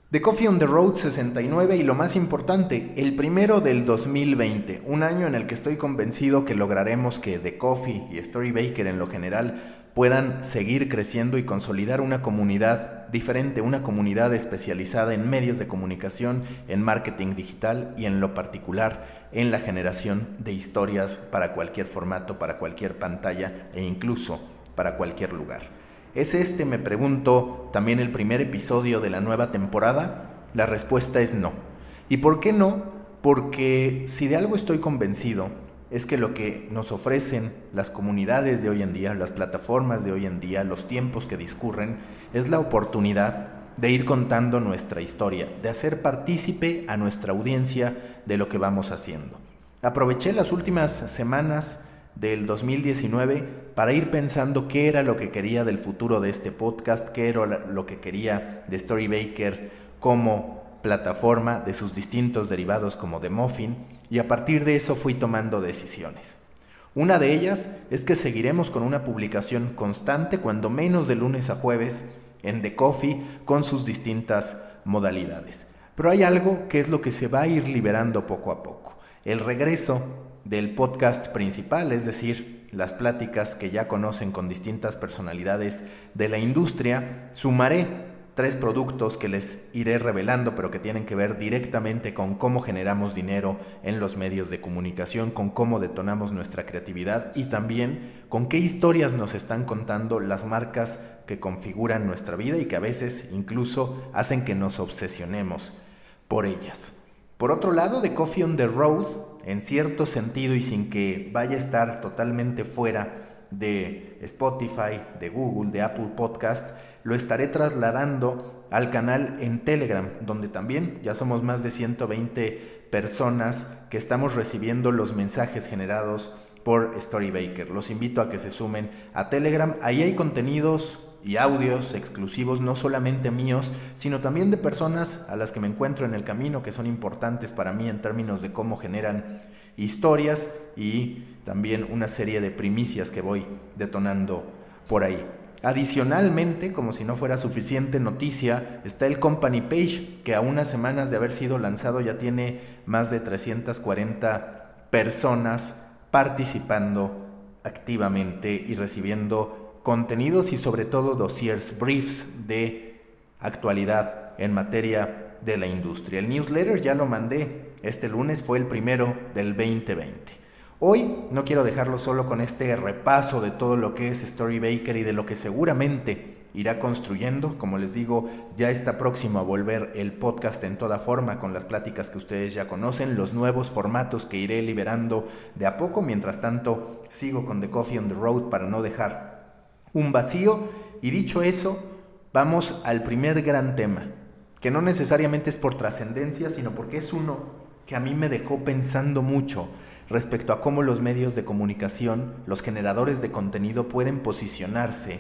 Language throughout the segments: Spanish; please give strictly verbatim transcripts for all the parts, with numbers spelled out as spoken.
The Coffee on the Road sesenta y nueve y lo más importante, el primero del dos mil veinte, un año en el que estoy convencido que lograremos que The Coffee y Storybaker en lo general puedan seguir creciendo y consolidar una comunidad diferente, una comunidad especializada en medios de comunicación, en marketing digital y en lo particular en la generación de historias para cualquier formato, para cualquier pantalla e incluso para cualquier lugar. ¿Es este, me pregunto, también el primer episodio de la nueva temporada? La respuesta es no. ¿Y por qué no? Porque si de algo estoy convencido es que lo que nos ofrecen las comunidades de hoy en día, las plataformas de hoy en día, los tiempos que discurren, es la oportunidad de ir contando nuestra historia, de hacer partícipe a nuestra audiencia de lo que vamos haciendo. Aproveché las últimas semanas del dos mil diecinueve para ir pensando qué era lo que quería del futuro de este podcast, qué era lo que quería de Storybaker como plataforma, de sus distintos derivados como The Muffin, y a partir de eso fui tomando decisiones. Una de ellas es que seguiremos con una publicación constante, cuando menos de lunes a jueves, en The Coffee, con sus distintas modalidades. Pero hay algo que es lo que se va a ir liberando poco a poco. El regreso del podcast principal, es decir, las pláticas que ya conocen con distintas personalidades de la industria. Sumaré tres productos que les iré revelando, pero que tienen que ver directamente con cómo generamos dinero en los medios de comunicación, con cómo detonamos nuestra creatividad y también con qué historias nos están contando las marcas que configuran nuestra vida y que a veces incluso hacen que nos obsesionemos por ellas. Por otro lado, The Coffee on the Road, en cierto sentido y sin que vaya a estar totalmente fuera de Spotify, de Google, de Apple Podcast, lo estaré trasladando al canal en Telegram, donde también ya somos más de ciento veinte personas que estamos recibiendo los mensajes generados por Storybaker. Los invito a que se sumen a Telegram. Ahí hay contenidos y audios exclusivos, no solamente míos, sino también de personas a las que me encuentro en el camino, que son importantes para mí en términos de cómo generan historias, y también una serie de primicias que voy detonando por ahí. Adicionalmente, como si no fuera suficiente noticia, está el Company Page, que a unas semanas de haber sido lanzado ya tiene más de trescientas cuarenta personas participando activamente y recibiendo contenidos y sobre todo dossiers, briefs de actualidad en materia de la industria. El newsletter ya lo mandé, este lunes fue el primero del veinte veinte. Hoy no quiero dejarlo solo con este repaso de todo lo que es Storybaker y de lo que seguramente irá construyendo. Como les digo, ya está próximo a volver el podcast en toda forma, con las pláticas que ustedes ya conocen, los nuevos formatos que iré liberando de a poco. Mientras tanto, sigo con The Coffee on the Road para no dejar un vacío. Y dicho eso, vamos al primer gran tema, que no necesariamente es por trascendencia, sino porque es uno que a mí me dejó pensando mucho respecto a cómo los medios de comunicación, los generadores de contenido, pueden posicionarse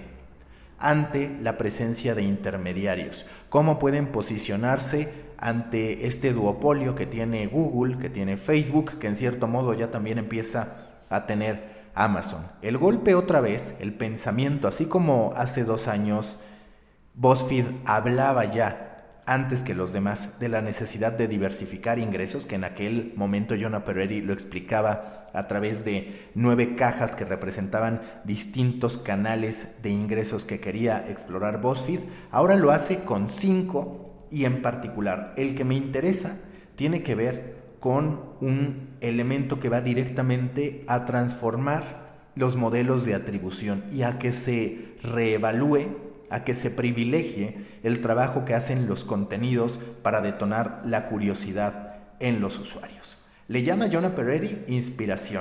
ante la presencia de intermediarios, cómo pueden posicionarse ante este duopolio que tiene Google, que tiene Facebook, que en cierto modo ya también empieza a tener Amazon. El golpe otra vez, el pensamiento, así como hace dos años BuzzFeed hablaba ya, antes que los demás, de la necesidad de diversificar ingresos, que en aquel momento Jonah Peretti lo explicaba a través de nueve cajas que representaban distintos canales de ingresos que quería explorar BuzzFeed. Ahora lo hace con cinco, y en particular el que me interesa tiene que ver con un elemento que va directamente a transformar los modelos de atribución y a que se reevalúe, a que se privilegie el trabajo que hacen los contenidos para detonar la curiosidad en los usuarios. Le llama Jonah Peretti inspiración,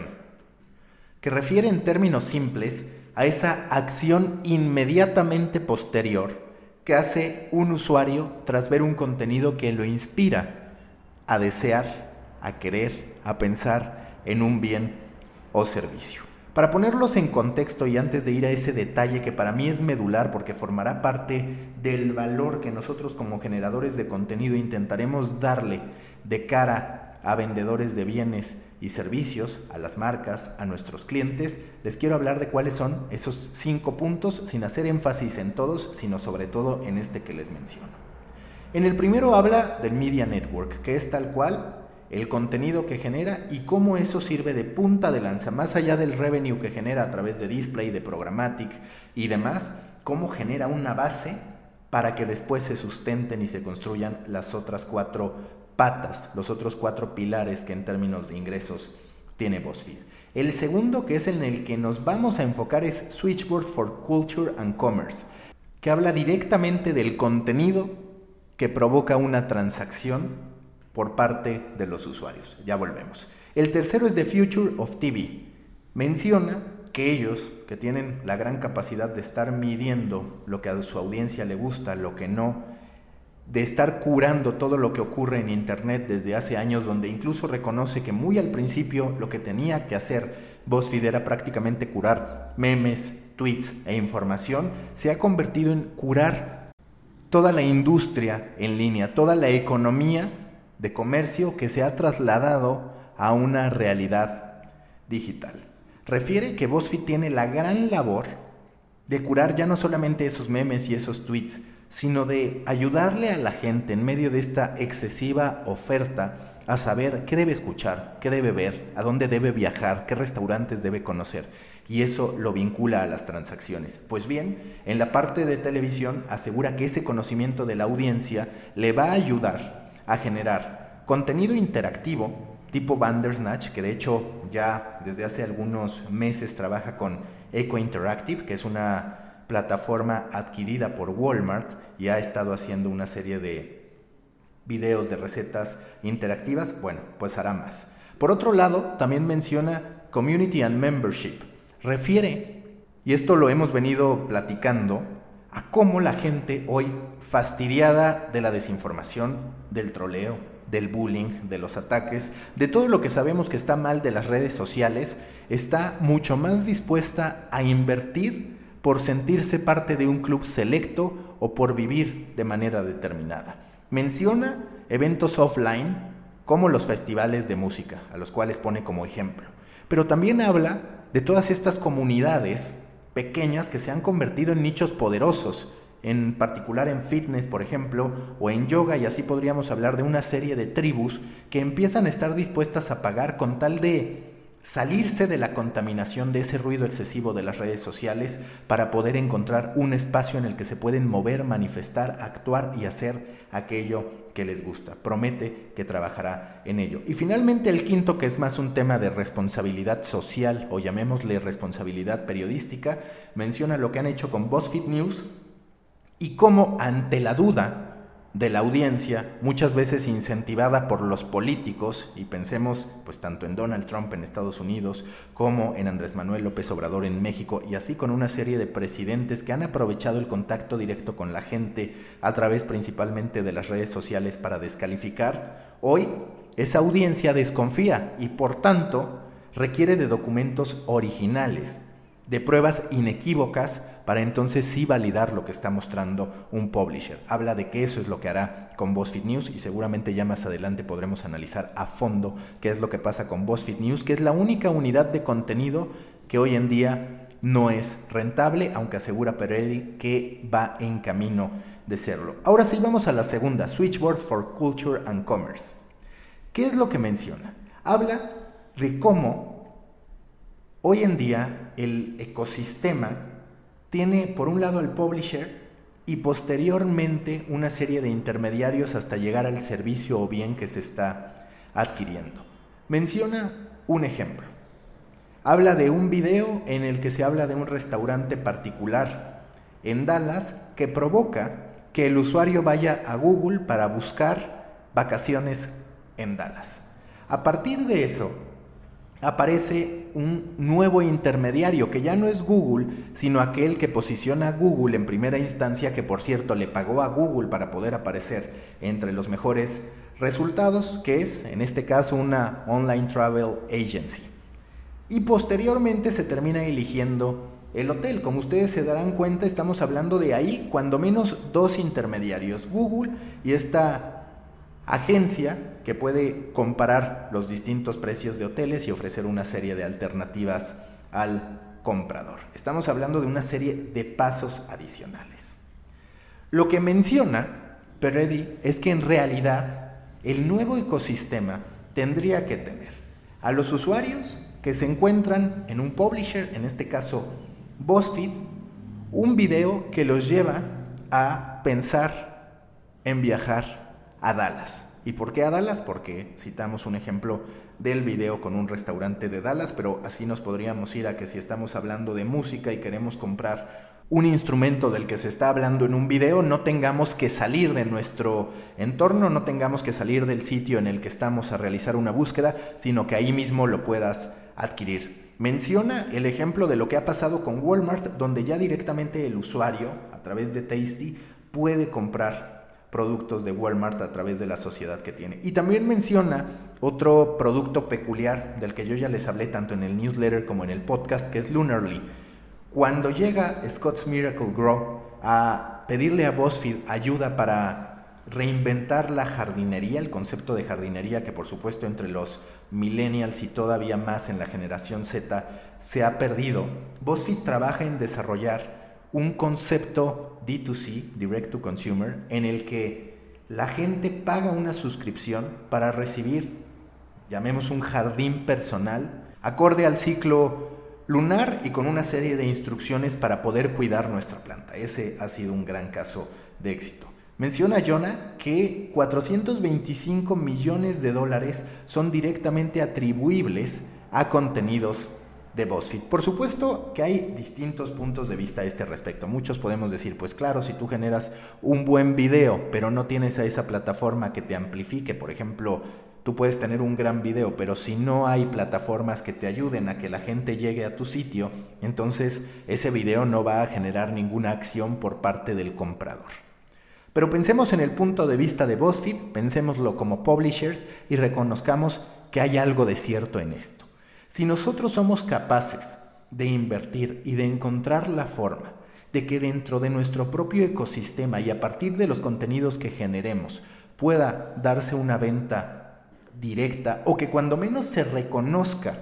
que refiere en términos simples a esa acción inmediatamente posterior que hace un usuario tras ver un contenido que lo inspira a desear, a querer, a pensar en un bien o servicio. Para ponerlos en contexto y antes de ir a ese detalle que para mí es medular porque formará parte del valor que nosotros como generadores de contenido intentaremos darle de cara a vendedores de bienes y servicios, a las marcas, a nuestros clientes, les quiero hablar de cuáles son esos cinco puntos sin hacer énfasis en todos, sino sobre todo en este que les menciono. En el primero habla del Media Network, que es tal cual el contenido que genera y cómo eso sirve de punta de lanza, más allá del revenue que genera a través de display, de programmatic y demás, cómo genera una base para que después se sustenten y se construyan las otras cuatro patas, los otros cuatro pilares que en términos de ingresos tiene BuzzFeed. El segundo, que es en el que nos vamos a enfocar, es Switchboard for Culture and Commerce, que habla directamente del contenido que provoca una transacción por parte de los usuarios. Ya volvemos. El tercero es The Future of T V. Menciona que ellos, que tienen la gran capacidad de estar midiendo lo que a su audiencia le gusta, lo que no, de estar curando todo lo que ocurre en Internet desde hace años, donde incluso reconoce que muy al principio lo que tenía que hacer BuzzFeed era prácticamente curar memes, tweets e información, se ha convertido en curar toda la industria en línea, toda la economía de comercio que se ha trasladado a una realidad digital. Refiere que BuzzFeed tiene la gran labor de curar ya no solamente esos memes y esos tweets, sino de ayudarle a la gente en medio de esta excesiva oferta a saber qué debe escuchar, qué debe ver, a dónde debe viajar, qué restaurantes debe conocer. Y eso lo vincula a las transacciones. Pues bien, en la parte de televisión asegura que ese conocimiento de la audiencia le va a ayudar a generar contenido interactivo tipo Bandersnatch, que de hecho ya desde hace algunos meses trabaja con Echo Interactive, que es una plataforma adquirida por Walmart y ha estado haciendo una serie de videos de recetas interactivas. Bueno, pues hará más. Por otro lado, también menciona Community and Membership. Refiere, y esto lo hemos venido platicando, a cómo la gente hoy, fastidiada de la desinformación, del troleo, del bullying, de los ataques, de todo lo que sabemos que está mal de las redes sociales, está mucho más dispuesta a invertir por sentirse parte de un club selecto o por vivir de manera determinada. Menciona eventos offline como los festivales de música, a los cuales pone como ejemplo, pero también habla de todas estas comunidades pequeñas que se han convertido en nichos poderosos, en particular en fitness, por ejemplo, o en yoga, y así podríamos hablar de una serie de tribus que empiezan a estar dispuestas a pagar con tal de salirse de la contaminación de ese ruido excesivo de las redes sociales para poder encontrar un espacio en el que se pueden mover, manifestar, actuar y hacer aquello que les gusta. Promete que trabajará en ello. Y finalmente el quinto, que es más un tema de responsabilidad social, o llamémosle responsabilidad periodística, menciona lo que han hecho con BuzzFeed News y cómo ante la duda de la audiencia, muchas veces incentivada por los políticos, y pensemos pues tanto en Donald Trump en Estados Unidos como en Andrés Manuel López Obrador en México, y así con una serie de presidentes que han aprovechado el contacto directo con la gente a través principalmente de las redes sociales para descalificar, hoy esa audiencia desconfía y por tanto requiere de documentos originales, de pruebas inequívocas para entonces sí validar lo que está mostrando un publisher. Habla de que eso es lo que hará con BuzzFeed News y seguramente ya más adelante podremos analizar a fondo qué es lo que pasa con BuzzFeed News, que es la única unidad de contenido que hoy en día no es rentable, aunque asegura Peredi que va en camino de serlo. Ahora sí vamos a la segunda, Switchboard for Culture and Commerce. ¿Qué es lo que menciona? Habla de cómo hoy en día el ecosistema tiene por un lado el publisher y posteriormente una serie de intermediarios hasta llegar al servicio o bien que se está adquiriendo. Menciona un ejemplo. Habla de un video en el que se habla de un restaurante particular en Dallas que provoca que el usuario vaya a Google para buscar vacaciones en Dallas. A partir de eso, aparece un nuevo intermediario que ya no es Google, sino aquel que posiciona a Google en primera instancia, que por cierto le pagó a Google para poder aparecer entre los mejores resultados, que es en este caso una online travel agency. Y posteriormente se termina eligiendo el hotel. Como ustedes se darán cuenta, estamos hablando de ahí cuando menos dos intermediarios, Google y esta agencia que puede comparar los distintos precios de hoteles y ofrecer una serie de alternativas al comprador. Estamos hablando de una serie de pasos adicionales. Lo que menciona Peretti es que en realidad el nuevo ecosistema tendría que tener a los usuarios que se encuentran en un publisher, en este caso BuzzFeed, un video que los lleva a pensar en viajar a Dallas. ¿Y por qué a Dallas? Porque citamos un ejemplo del video con un restaurante de Dallas, pero así nos podríamos ir a que si estamos hablando de música y queremos comprar un instrumento del que se está hablando en un video, no tengamos que salir de nuestro entorno, no tengamos que salir del sitio en el que estamos a realizar una búsqueda, sino que ahí mismo lo puedas adquirir. Menciona el ejemplo de lo que ha pasado con Walmart, donde ya directamente el usuario, a través de Tasty, puede comprar productos de Walmart a través de la sociedad que tiene. Y también menciona otro producto peculiar del que yo ya les hablé tanto en el newsletter como en el podcast, que es Lunarly. Cuando llega Scott's Miracle Grow a pedirle a BuzzFeed ayuda para reinventar la jardinería, el concepto de jardinería que por supuesto entre los millennials y todavía más en la generación Z se ha perdido, BuzzFeed trabaja en desarrollar un concepto D dos C, Direct to Consumer, en el que la gente paga una suscripción para recibir, llamemos un jardín personal, acorde al ciclo lunar y con una serie de instrucciones para poder cuidar nuestra planta. Ese ha sido un gran caso de éxito. Menciona Jonah que cuatrocientos veinticinco millones de dólares son directamente atribuibles a contenidos de BuzzFeed. Por supuesto que hay distintos puntos de vista a este respecto. Muchos podemos decir, pues claro, si tú generas un buen video, pero no tienes a esa plataforma que te amplifique, por ejemplo, tú puedes tener un gran video, pero si no hay plataformas que te ayuden a que la gente llegue a tu sitio, entonces ese video no va a generar ninguna acción por parte del comprador. Pero pensemos en el punto de vista de BuzzFeed, pensémoslo como publishers y reconozcamos que hay algo de cierto en esto. Si nosotros somos capaces de invertir y de encontrar la forma de que dentro de nuestro propio ecosistema y a partir de los contenidos que generemos pueda darse una venta directa o que cuando menos se reconozca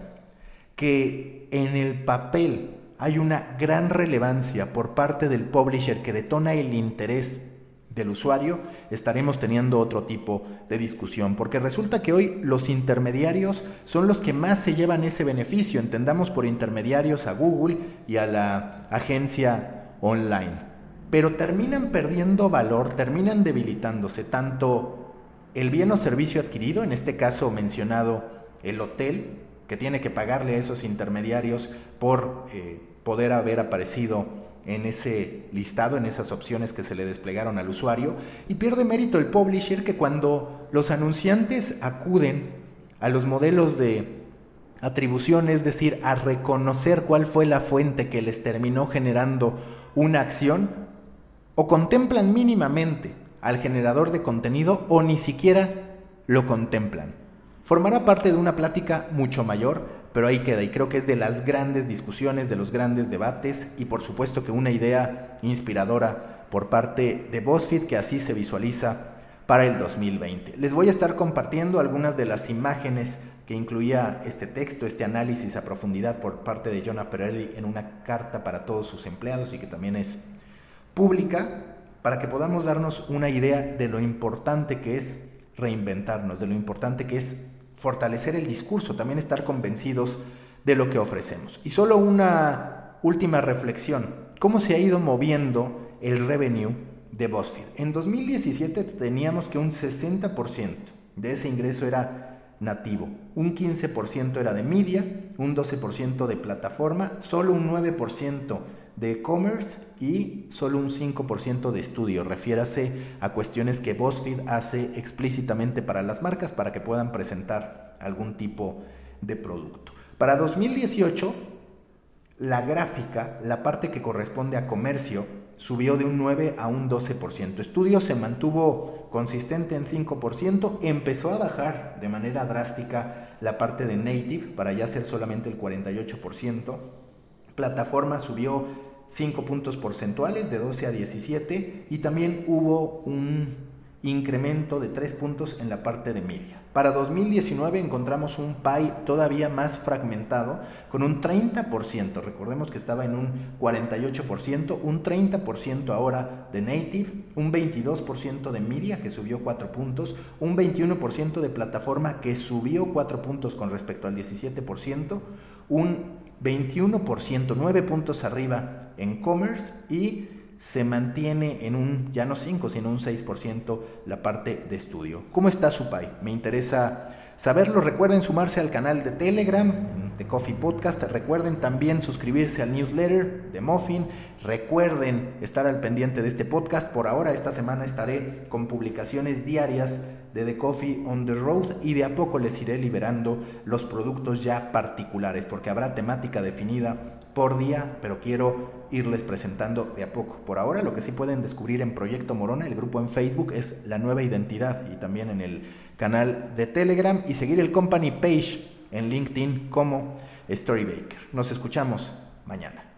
que en el papel hay una gran relevancia por parte del publisher que detona el interés del usuario, estaremos teniendo otro tipo de discusión, porque resulta que hoy los intermediarios son los que más se llevan ese beneficio. Entendamos por intermediarios a Google y a la agencia online, pero terminan perdiendo valor, terminan debilitándose tanto el bien o servicio adquirido, en este caso mencionado el hotel, que tiene que pagarle a esos intermediarios por eh, poder haber aparecido en ese listado, en esas opciones que se le desplegaron al usuario, y pierde mérito el publisher, que cuando los anunciantes acuden a los modelos de atribución, es decir, a reconocer cuál fue la fuente que les terminó generando una acción, o contemplan mínimamente al generador de contenido o ni siquiera lo contemplan. Formará parte de una plática mucho mayor, pero ahí queda, y creo que es de las grandes discusiones, de los grandes debates, y por supuesto que una idea inspiradora por parte de BuzzFeed, que así se visualiza para el dos mil veinte. Les voy a estar compartiendo algunas de las imágenes que incluía este texto, este análisis a profundidad por parte de Jonah Peretti en una carta para todos sus empleados y que también es pública, para que podamos darnos una idea de lo importante que es reinventarnos, de lo importante que es fortalecer el discurso, también estar convencidos de lo que ofrecemos. Y solo una última reflexión: ¿cómo se ha ido moviendo el revenue de BuzzFeed? En dos mil diecisiete teníamos que un sesenta por ciento de ese ingreso era nativo, un quince por ciento era de media, un doce por ciento de plataforma, solo un nueve por ciento de e-commerce y solo un cinco por ciento de estudio. Refiérase a cuestiones que BuzzFeed hace explícitamente para las marcas para que puedan presentar algún tipo de producto. Para dos mil dieciocho, la gráfica, la parte que corresponde a comercio, subió de un nueve a un doce por ciento. Estudio se mantuvo consistente en cinco por ciento, empezó a bajar de manera drástica la parte de native para ya ser solamente el cuarenta y ocho por ciento. Plataforma subió cinco puntos porcentuales de doce a diecisiete y también hubo un incremento de tres puntos en la parte de media. Para dos mil diecinueve encontramos un pie todavía más fragmentado, con un treinta por ciento, recordemos que estaba en un cuarenta y ocho por ciento, un treinta por ciento ahora de native, un veintidós por ciento de media que subió cuatro puntos, un veintiuno por ciento de plataforma que subió cuatro puntos con respecto al diecisiete por ciento, un veintiuno por ciento, nueve puntos arriba en commerce y se mantiene en un, ya no cinco, sino un seis por ciento la parte de estudio. ¿Cómo está su pie? Me interesa saberlo. Recuerden sumarse al canal de Telegram, de Coffee Podcast. Recuerden también suscribirse al newsletter de Muffin. Recuerden estar al pendiente de este podcast. Por ahora, esta semana estaré con publicaciones diarias de The Coffee on the Road y de a poco les iré liberando los productos ya particulares, porque habrá temática definida por día, pero quiero irles presentando de a poco. Por ahora, lo que sí pueden descubrir en Proyecto Morona, el grupo en Facebook, es la nueva identidad, y también en el canal de Telegram, y seguir el company page en LinkedIn como Storybaker. Nos escuchamos mañana.